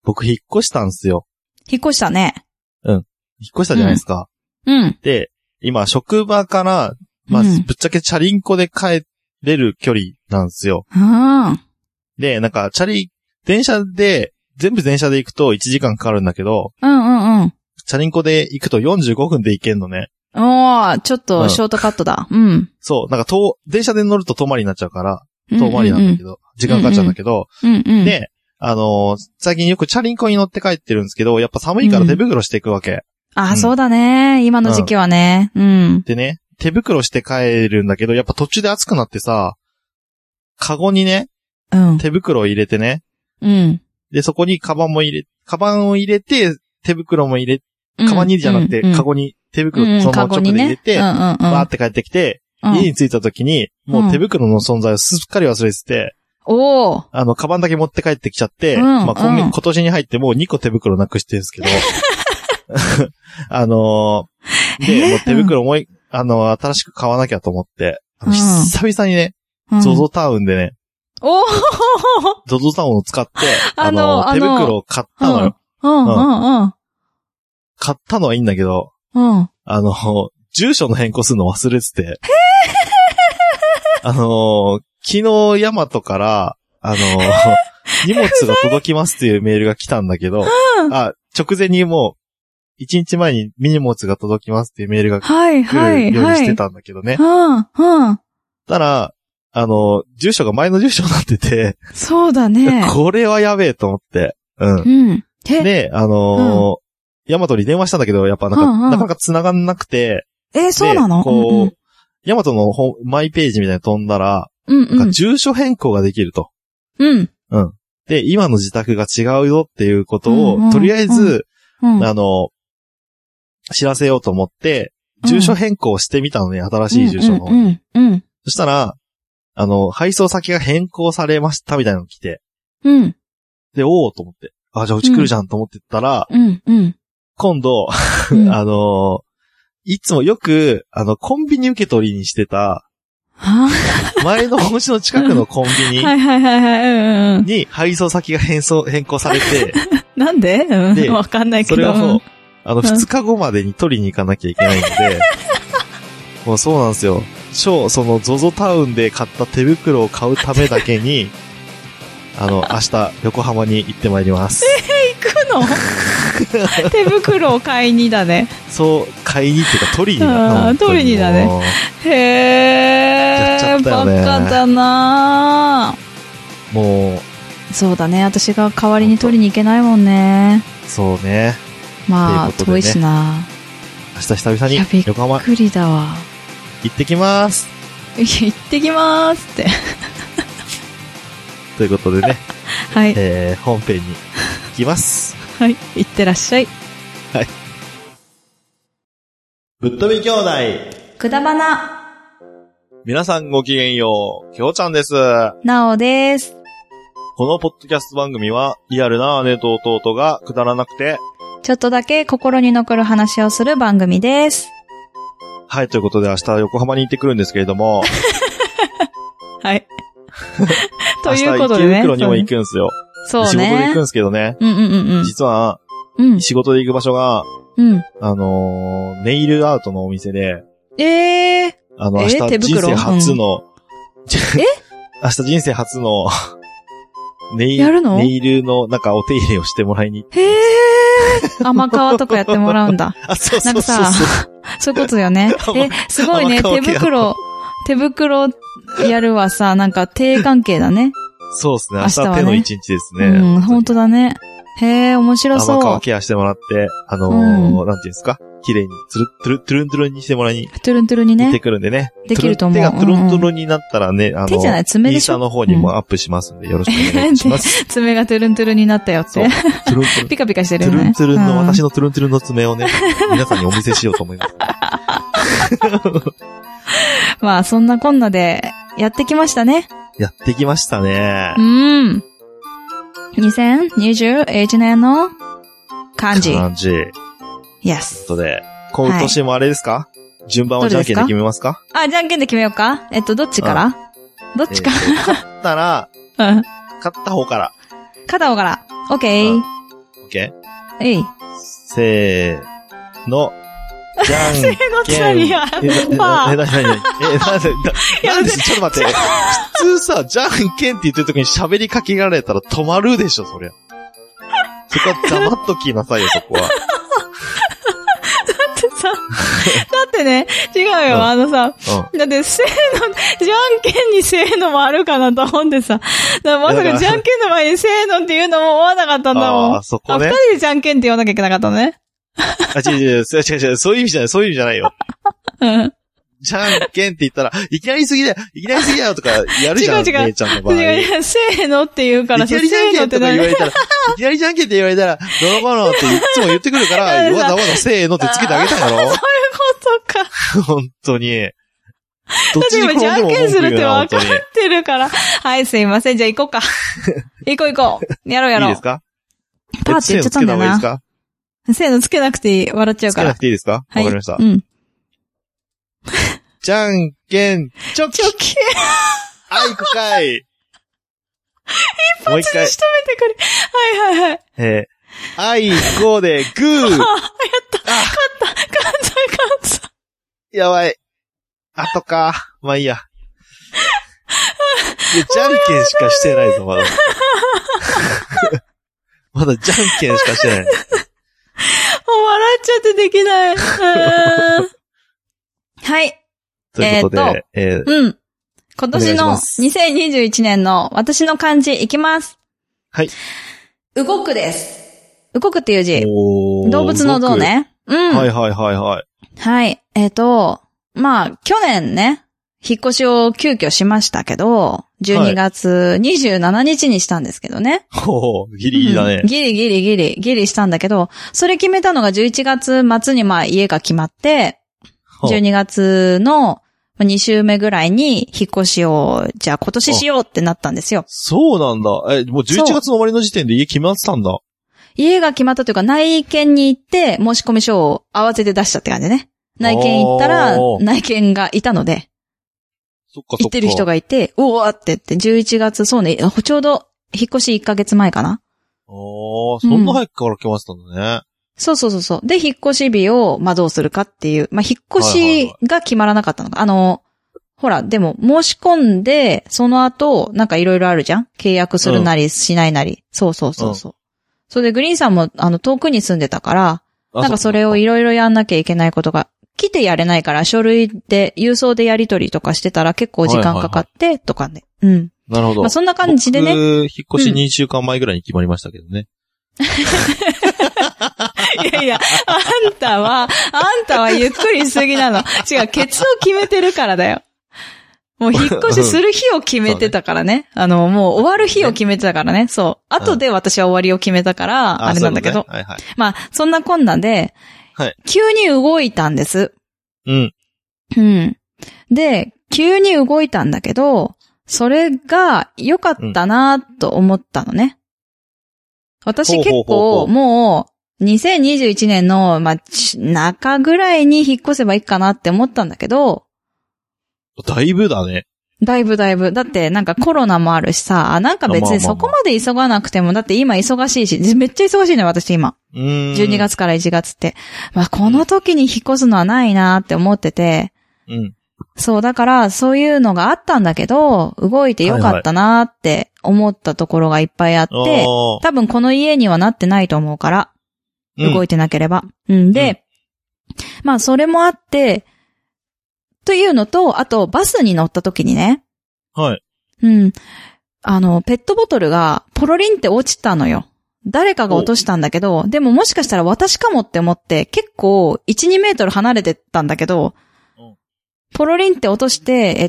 僕引っ越したんすよ。 引っ越したね。 引っ越したじゃないですか。 うん。 で、今、職場から、まあ、ぶっちゃけチャリンコで帰れる距離なんですよ。で、なんか、全部電車で行くと1時間かかるんだけど、チャリンコで行くと45分で行けんのね。 おー、ちょっとショートカットだ。 そう、なんか電車で乗ると遠回りになっちゃうから、遠回りなんだけど、時間かかっちゃうんだけど、で、最近よくチャリンコに乗って帰ってるんですけど、やっぱ寒いから手袋していくわけ。 そうだね。今の時期はね。 でね、手袋して帰るんだけど、やっぱ途中で暑くなってさ、カゴにね、手袋を入れてね、で、そこにカバンを入れて、手袋もカバンにじゃなくて、カゴに手袋そのまま直で入れて、バーって帰ってきて、家に着いた時に、もう手袋の存在をすっかり忘れてて、カバンだけ持って帰ってきちゃって、まあ今年に入ってもう2個手袋なくしてるんですけど、で、もう手袋も新しく買わなきゃと思って、久々にね、ZOZO タウンでね、ZOZO タウンを使って、手袋を買ったのよ。買ったのはいいんだけど、住所の変更するの忘れてて、昨日ヤマトから、荷物が届きますっていうメールが来たんだけど、直前にもう、1日前に荷物が届きますっていうメールが来るようにしてたんだけどね。ただ、住所が前の住所になってて、 そうだね。 これはやべえと思って、で、ヤマトに電話したんだけど、やっぱなかなか繋がんなくて、 そうなの？ ヤマトのマイページみたいに飛んだら、住所変更ができると。で、今の自宅が違うよっていうことを、とりあえず、知らせようと思って、住所変更してみたのね、新しい住所の方に。そしたら、配送先が変更されましたみたいなのが来て。で、おーと思って。じゃあうち来るじゃんと思ってたら、今度、いつもよく、コンビニ受け取りにしてた、前のお家の近くのコンビニに配送先が変更されて、 なんで？わかんないけど。 それを、2日後までに取りに行かなきゃいけないんで、もうそうなんですよ。その ZOZO タウンで買った手袋を買うためだけに、明日、横浜に行ってまいります。 行くの？手袋を買いにだね。 そう、買いにっていうか取りにだね。 取りにだね。やっちゃったよね。バカだなぁ。 もう。 そうだね。私が代わりに取りに行けないもんね。 そうね。 まあ、遠いしな。 明日久々に横浜。 びっくりだわ。 行ってきます。 行ってきますって。 ということでね。 はい。 本編に行きます。 はい。行ってらっしゃい。 はい。ぶっ飛び兄弟。 くだばな。 皆さんごきげんよう。きょうちゃんです。 なおです。 このポッドキャスト番組は、リアルな姉と弟がくだらなくて、 ちょっとだけ心に残る話をする番組です。 はい、ということで明日横浜に行ってくるんですけれども。 はい。ということでね。 明日池袋にも行くんですよ。 そうね。 仕事で行くんですけどね。実は、仕事で行く場所が、ネイルアートのお店で、明日人生初の、明日人生初の、ネイルのなんかお手入れをしてもらいに行って。 甘皮とかやってもらうんだ。 そうなんかさ、そういうことだよね。すごいね、手袋やるはさ、なんか手関係だね。 そうですね、明日は手の一日ですね。 本当だね。へー、面白そう。 甘皮ケアしてもらって、なんていうんですか、綺麗に、トゥルントゥルンにしてもらいに。 トゥルントゥルンにね。 行ってくるんでね。 できると思う。 手がトゥルントゥルンになったらね、 手じゃない、爪でしょ。 インスタの方にもアップしますんで、よろしくお願いします。 爪がトゥルントゥルンになったよって。ピカピカしてるよね。 トゥルントゥルンの、私のトゥルントゥルンの爪をね、皆さんにお見せしようと思います。 まあ、そんなこんなで、やってきましたね。 やってきましたね。 2021年の漢字。 Yes。ということで、今年もあれですか？順番はじゃんけんで決めますか？ じゃんけんで決めようか？どっちからどっちから勝ったら、勝った方から。 勝った方から。オッケー。 けん？ せーの。じゃんけん。 せーのって何や？ なんで、ちょっと待って。普通さ、じゃんけんって言ってる時に喋りかけられたら止まるでしょ、そりゃ。そこは黙っときなさいよ、そこは。 だってね、違うよ、だってせーの、じゃんけんにせーのもあるかなと思ってさ。だからまさかじゃんけんの前にせーのって言うのも思わなかったんだもん。 そこね。 二人でじゃんけんって言わなきゃいけなかったのね。 違う、そういう意味じゃないよ。じゃんけんって言ったら、いきなりすぎだよとかやるじゃん、姉ちゃんの場合。 違う、せーのって言うからさ、いきなりじゃんけんとか言われたら、いきなりじゃんけんって言われたら、どの子のっていつも言ってくるから、わざわざせーのってつけてあげたんやろ。 そういうことか。 本当に。どっちに転んでも文句言うな、 じゃんけんするって分かってるから。はい、すいません。じゃあ行こうか。行こう。やろう。 いいですか？ パーって言っちゃったんだよな。せーのつけなくていい。笑っちゃうから。 つけなくていいですか？わかりました。じゃんけん、チョキ。あ、行くかい。 一発に仕留めてくれ。はい。 あいこでグー。 やった。勝った。 やばい。あとか。まあいいや。じゃんけんしかしてないぞ、まだ。まだじゃんけんしかしてない。 もう笑っちゃってできない。はい。 ということで、 今年の2021年の私の漢字いきます。 はい。 動くです。動くっていう字。動物の動ね。 はい。 はい。まあ、去年ね、引っ越しを急遽しましたけど、12月27日にしたんですけどね。 ギリギリだね。 ギリしたんだけど、それ決めたのが11月末にまあ家が決まって、12月の2週目ぐらいに引っ越しを、じゃあ今年しようってなったんですよ。 そうなんだ。もう11月の終わりの時点で家決まってたんだ。 家が決まったというか内見に行って申し込み書を合わせて出したって感じね。内見行ったら内見がいたので。 そっか。 行ってる人がいて、うわーって言って11月、そうね、ちょうど引っ越し1ヶ月前かな。 そんな早くから決まってたんだね。 そう。で、引っ越し日を、まあ、どうするかっていう。まあ、引っ越しが決まらなかったのか。ほら、でも、申し込んで、その後、なんかいろいろあるじゃん？契約するなり、しないなり。そう。それで、グリーンさんも、遠くに住んでたから、なんかそれをいろいろやんなきゃいけないことが、来てやれないから、書類で、郵送でやり取りとかしてたら結構時間かかって、とかね。 なるほど。 まあ、そんな感じでね。 僕、引っ越し2週間前ぐらいに決まりましたけどね。 いや、あんたはゆっくりしすぎなの。違う、ケツを決めてるからだよ。もう引っ越しする日を決めてたからね。もう終わる日を決めてたからね。そう。後で私は終わりを決めたから、あれなんだけど。まあ、そんなこんなで、急に動いたんです。で、急に動いたんだけど、それが良かったなと思ったのね。私結構もう2021年のまあ中ぐらいに引っ越せばいいかなって思ったんだけど。 だいぶだね。 だいぶ。だってなんかコロナもあるしさ、なんか別にそこまで急がなくても、だって今忙しいし、めっちゃ忙しいのよ私今。12月から1月って。まあこの時に引っ越すのはないなって思ってて。そう、だからそういうのがあったんだけど、動いてよかったなって思ったところがいっぱいあって、多分この家にはなってないと思うから、動いてなければ。で、まあそれもあって、というのと、あとバスに乗った時にね。ペットボトルがポロリンって落ちたのよ。誰かが落としたんだけど、でももしかしたら私かもって思って結構1、2メートル離れてたんだけど、ポロリンって落として、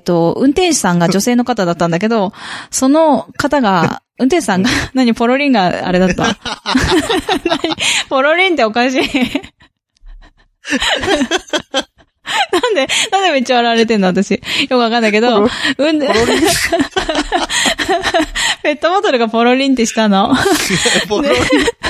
運転手さんが女性の方だったんだけど、その方が、運転手さんが、ポロリンがあれだったポロリンっておかしいなんでめっちゃ笑われてんの私。よくわかんないけど、ペットボトルがポロリンってしたのポロリン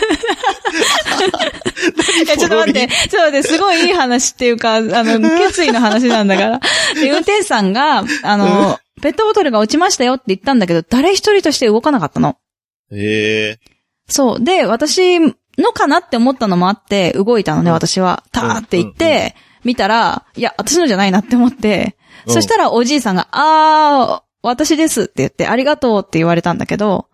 いや、ちょっと待って、すごいいい話っていうか、決意の話なんだから。で、運転手さんが、ペットボトルが落ちましたよって言ったんだけど、誰一人として動かなかったの。 へー。 そう。で、私、 のかなって思ったのもあって、動いたのね、私は。たーって言って、見たら、いや、私のじゃないなって思って、そしたらおじいさんが、私ですって言って、ありがとうって言われたんだけど、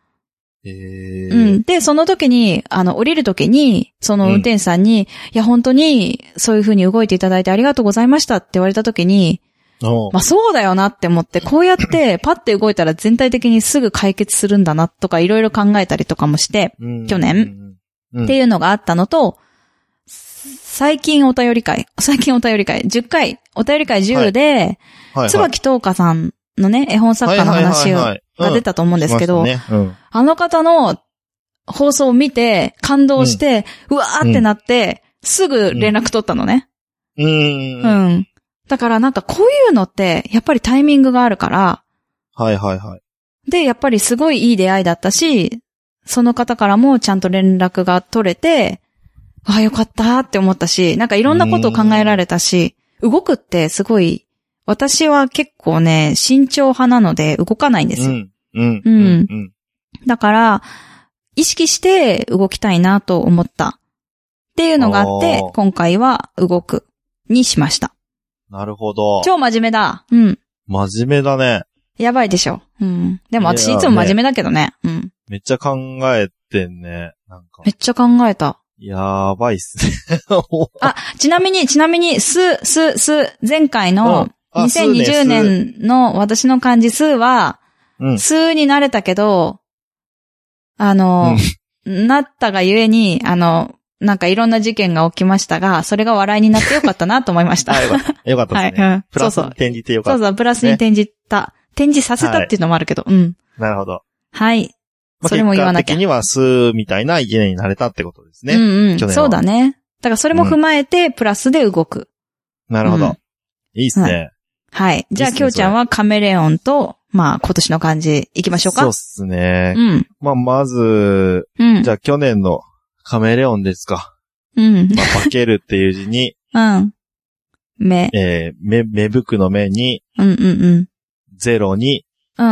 で、その時に、降りる時に、その運転手さんに、いや、本当に、そういう風に動いていただいてありがとうございましたって言われた時に、まあそうだよなって思って、こうやってパッて動いたら全体的にすぐ解決するんだなとかいろいろ考えたりとかもして、去年、っていうのがあったのと、最近お便り会、10回、お便り会10で、椿東花さんのね、絵本作家の話が出たと思うんですけど、あの方の放送を見て感動して、うわーってなって、すぐ連絡取ったのね。だからなんかこういうのって、やっぱりタイミングがあるから。で、やっぱりすごいいい出会いだったし、その方からもちゃんと連絡が取れて、ああよかったって思ったし、なんかいろんなことを考えられたし、動くってすごい、私は結構ね、慎重派なので動かないんですよ。だから、意識して動きたいなと思ったっていうのがあって、今回は動くにしました。 なるほど。 超真面目だ。 真面目だね。 やばいでしょ。でも私いつも真面目だけどね。 めっちゃ考えてんね。なんか。 めっちゃ考えた。 やばいっすね。 ちなみに、前回の2020年の私の漢字数は、数になれたけど、なったがゆえに、なんかいろんな事件が起きましたが、それが笑いになってよかったなと思いました。 よかったですね。プラスに転じてよかった。 そう、プラスに転じた。転じさせたっていうのもあるけど、 なるほど。 はい。それも言わなきゃ。 結果的には数みたいな一年になれたってことですね。 去年は。そうだね。だからそれも踏まえて、プラスで動く。 なるほど。いいっすね。 はい。じゃあ、きょうちゃんはカメレオンと、まあ、今年の漢字行きましょうか。 そうっすね。まず、じゃあ去年のカメレオンですか。化けるっていう字に、芽吹くの芽に、ゼロに、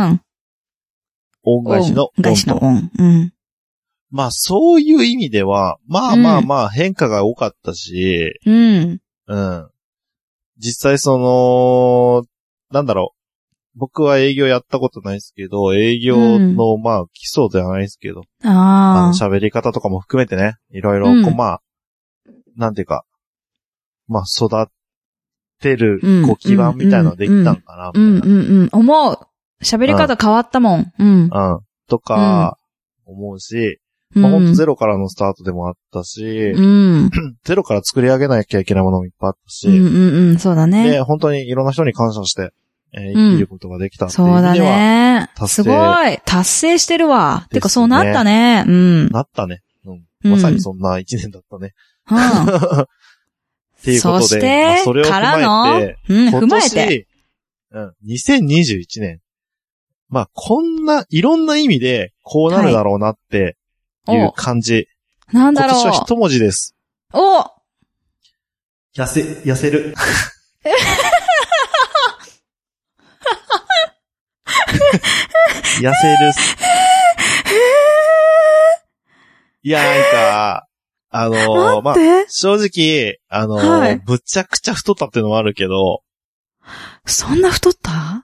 恩返しの恩。まあ、そういう意味では、まあ、変化が多かったし、実際なんだろう。僕は営業やったことないですけど、営業の、基礎ではないですけど、喋り方とかも含めてね、いろいろ、なんていうか、育てる、基盤みたいなのできたんかな、みたいな。 思う。喋り方変わったもん。 とか、思うし、ほんとゼロからのスタートでもあったし、ゼロから作り上げなきゃいけないものもいっぱいあったし、 そうだね。 で、本当にいろんな人に感謝して、生きることができたっていう意味では、 そうだね。すごい。達成してるわ。てか、そうなったね。 なったね。まさにそんな一年だったね。っていうことで、 そして、 それを踏まえて、 踏まえて、 2021年。こんな、いろんな意味で、こうなるだろうなっていう感じ。 なんだろう。 今年は一文字です。痩せる。痩せる。いや、なんか、正直、むちゃくちゃ太ったっていうのもあるけど。 そんな太った？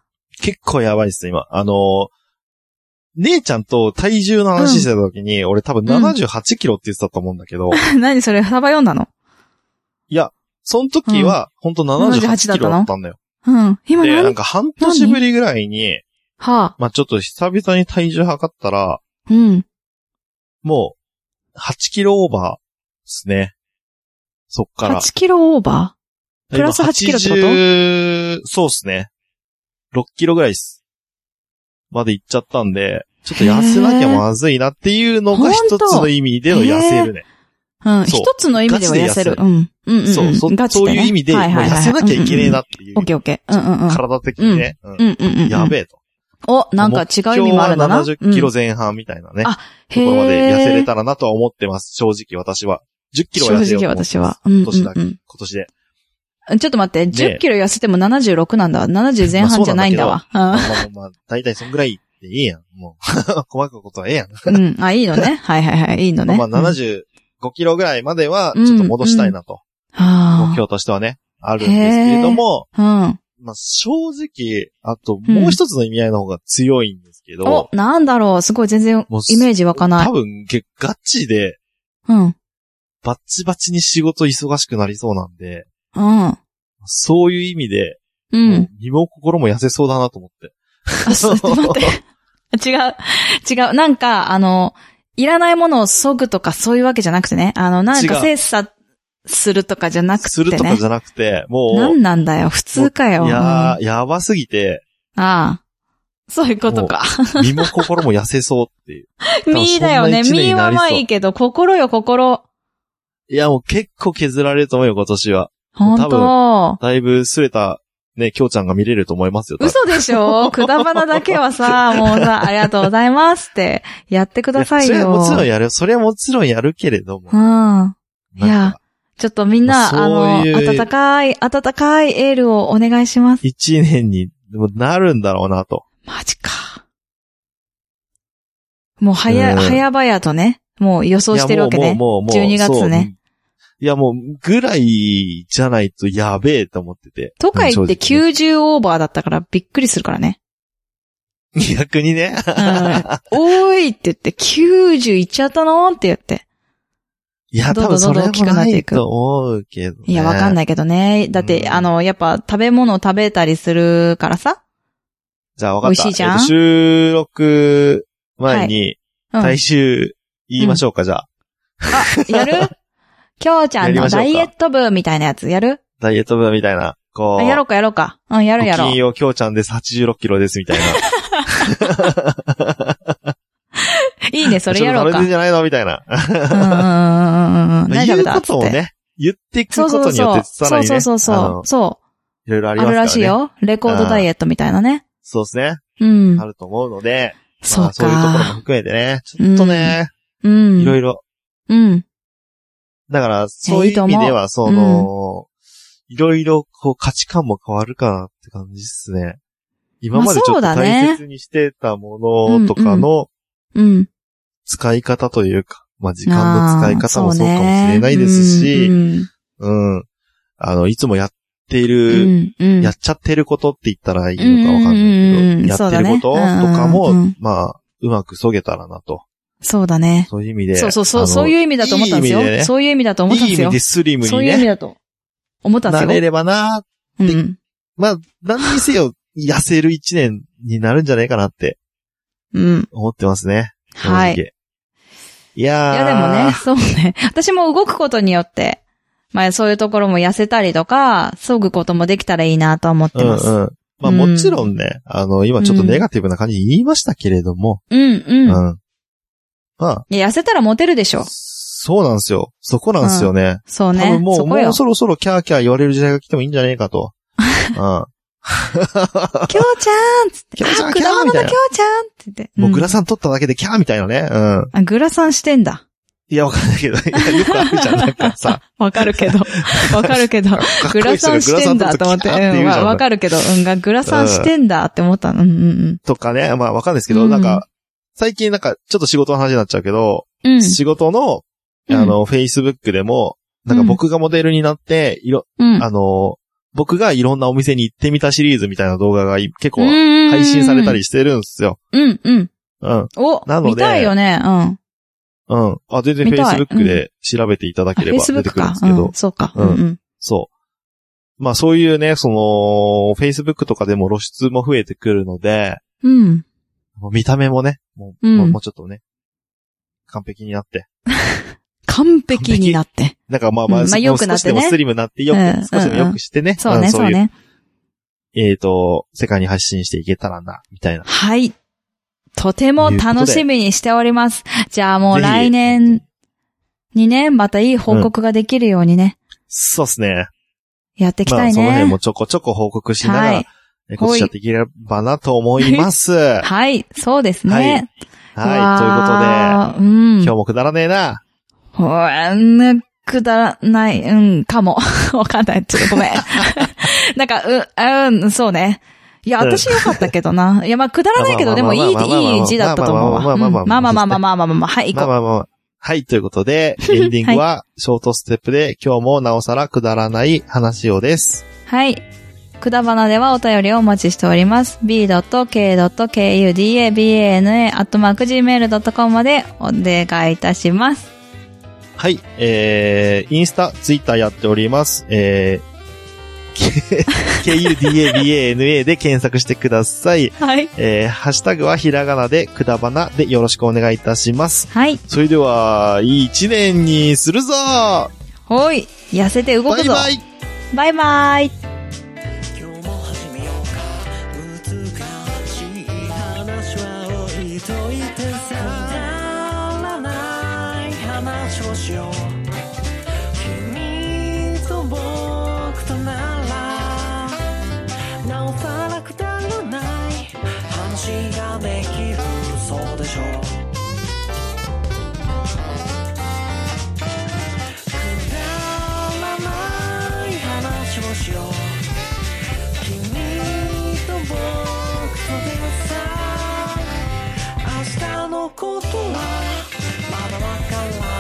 結構やばいっす、今。姉ちゃんと体重の話してた時に、俺多分78キロって言ってたと思うんだけど。 何それ、幅読んだの？ いや、その時は、ほんと78キロだったんだよ。 今で、なんか半年ぶりぐらいに、ちょっと久々に体重測ったら、もう、8キロオーバーですね。そっから。 8キロオーバー？プラス8キロってこと？ そうっすね。6キロぐらいです。まで行っちゃったんで、ちょっと痩せなきゃまずいなっていうのが一つの意味での痩せるね。 一つの意味では痩せる。 そういう意味で、痩せなきゃいけねえなっていう。 オッケー。 体的にね。やべえと。 なんか違う意味もあるんだな。 目標は70キロ前半みたいなね。ところまで痩せれたらなとは思ってます。正直私は。10キロは痩せようと思ってます。正直私は。今年で。ちょっと待って、10キロ痩せても76なんだ。70前半じゃないんだわ。 だいたいそんぐらいでいいやん。もう、細かいことはええやん。 いいのね。はい。いいのね。 70 5キロぐらいまでは、ちょっと戻したいなと。目標としてはね、あるんですけれども、まあ、正直、あと、もう一つの意味合いの方が強いんですけど。 なんだろう、すごい全然イメージ湧かない。 多分、ガチで、バッチバチに仕事忙しくなりそうなんで、そういう意味で、身も心も痩せそうだなと思って。 待って。違う。なんか、いらないものを削ぐとかそういうわけじゃなくてね。なんか精査するとかじゃなくてね。 するとかじゃなくて、もう。 なんなんだよ、普通かよ。 やばすぎて。 そういうことか。 身も心も痩せそうっていう。 身だよね。身はまあいいけど、心よ、心。 いや、もう結構削られると思うよ、今年は。 本当。 多分だいぶ擦れた、ね、きょうちゃんが見れると思いますよ。 嘘でしょ？くだばなだけはさ、もうさ、ありがとうございますって、やってくださいよ。 それはもちろんやる。それはもちろんやるけれども。 いや、ちょっとみんな、温かいエールをお願いします。 1年になるんだろうなと。 マジか。もう早々とね、もう予想してるわけね。もう12月ね。 いやもう、ぐらいじゃないとやべえと思ってて。 とか言って90オーバーだったからびっくりするからね。 逆にね。 おーいって言って、90いっちゃったのって言って。 いや、多分それもないと思うけどね。 いや、わかんないけどね。だって、やっぱ食べ物を食べたりするからさ。 じゃあわかった。 美味しいじゃん。 収録前に、最終言いましょうか、じゃあ。 やる？きょうちゃんのダイエット部みたいなやつやる？ ダイエット部みたいな。こう。 やろうか。やろう。 金曜きょうちゃんです86キロですみたいな。いいね、それやろうか。 それじゃないのみたいな。 言うことをね、言っていくことによってさらにね。 そう。 いろいろありますからね。 あるらしいよ。レコードダイエットみたいなね。 そうですね。あると思うので、 そうか。 そういうところも含めてね、ちょっとね、いろいろ。だから、そういう意味では、いろいろ、こう、価値観も変わるかなって感じですね。今までちょっと大切にしてたものとかの、使い方というか、時間の使い方もそうかもしれないですし、いつもやっている、やっちゃってることって言ったらいいのかわかんないけど、やってることとかも、うまくそげたらなと。 そうだね。 そういう意味で。 そういう意味だと思ったんですよ。そういう意味だと思ったんですよ。 いい意味でスリムにね。 そういう意味だと思ったんですよ。 なれればなーって。何にせよ、痩せる一年になるんじゃないかなって。思ってますね。 はい。いやでもね、そうね。私も動くことによって、そういうところも痩せたりとか、削ぐこともできたらいいなと思ってます。 もちろんね、今ちょっとネガティブな感じに言いましたけれども。 痩せたらモテるでしょ。 そうなんですよ。そこなんですよね。 そうね。 多分もうそろそろキャーキャー言われる時代が来てもいいんじゃねえかと。きょうちゃんつって。 きょうちゃん果物のきょうちゃんって言って。 もうグラサン取っただけでキャーみたいなね。 グラサンしてんだ。 いや、わかんないけど。いや、よくあるじゃん、なんかさ。 わかるけど。グラサンしてんだと思って。わかるけど、グラサンしてんだって思ったの。 とかね、わかんないですけど、なんか、最近なんか、ちょっと仕事の話になっちゃうけど、仕事の、Facebook でも、なんか僕がモデルになって、僕がいろんなお店に行ってみたシリーズみたいな動画が結構配信されたりしてるんですよ。 お、なので見たいよね。 全然 Facebook で調べていただければ出てくるんですけど。 そうか。 そう。そういうね、Facebook とかでも露出も増えてくるので、見た目もね、もうちょっとね、完璧になって。 完璧になって。 なんか良くなってね。 少しでもスリムになって、少しでも良くしてね。 そうね、そうね。 世界に発信していけたらな、みたいな。 はい。とても楽しみにしております。じゃあもう来年にね、またいい報告ができるようにね。 そうですね。 やっていきたいね。 その辺もちょこちょこ報告しながら、こっちやっていければなと思います。 はい、そうですね。 はい、ということで、今日もくだらねえな。 くだらない、かも。わかんない。ちょっとごめん。なんか、そうね。いや、私よかったけどな。いや、くだらないけど、でもいい字だったと思うわ。まあ。はい、行こう。 はい、ということで、エンディングは、ショートステップで、今日もなおさらくだらない話をです。 はい。くだばなではお便りをお待ちしております。b.k.kudabana@gmail.com までお願いいたします。 はい。インスタ、ツイッターやっております。KUDABANA で検索してください。 はい。 ハッシュタグはひらがなでくだばなでよろしくお願いいたします。 はい。 それでは、いい一年にするぞー。 ほい。痩せて動くぞ。 バイバイ。 バイバイ。 ができるそうでしょう。くだらない話をしよう。君と僕とでさ、明日のことはまだわからない。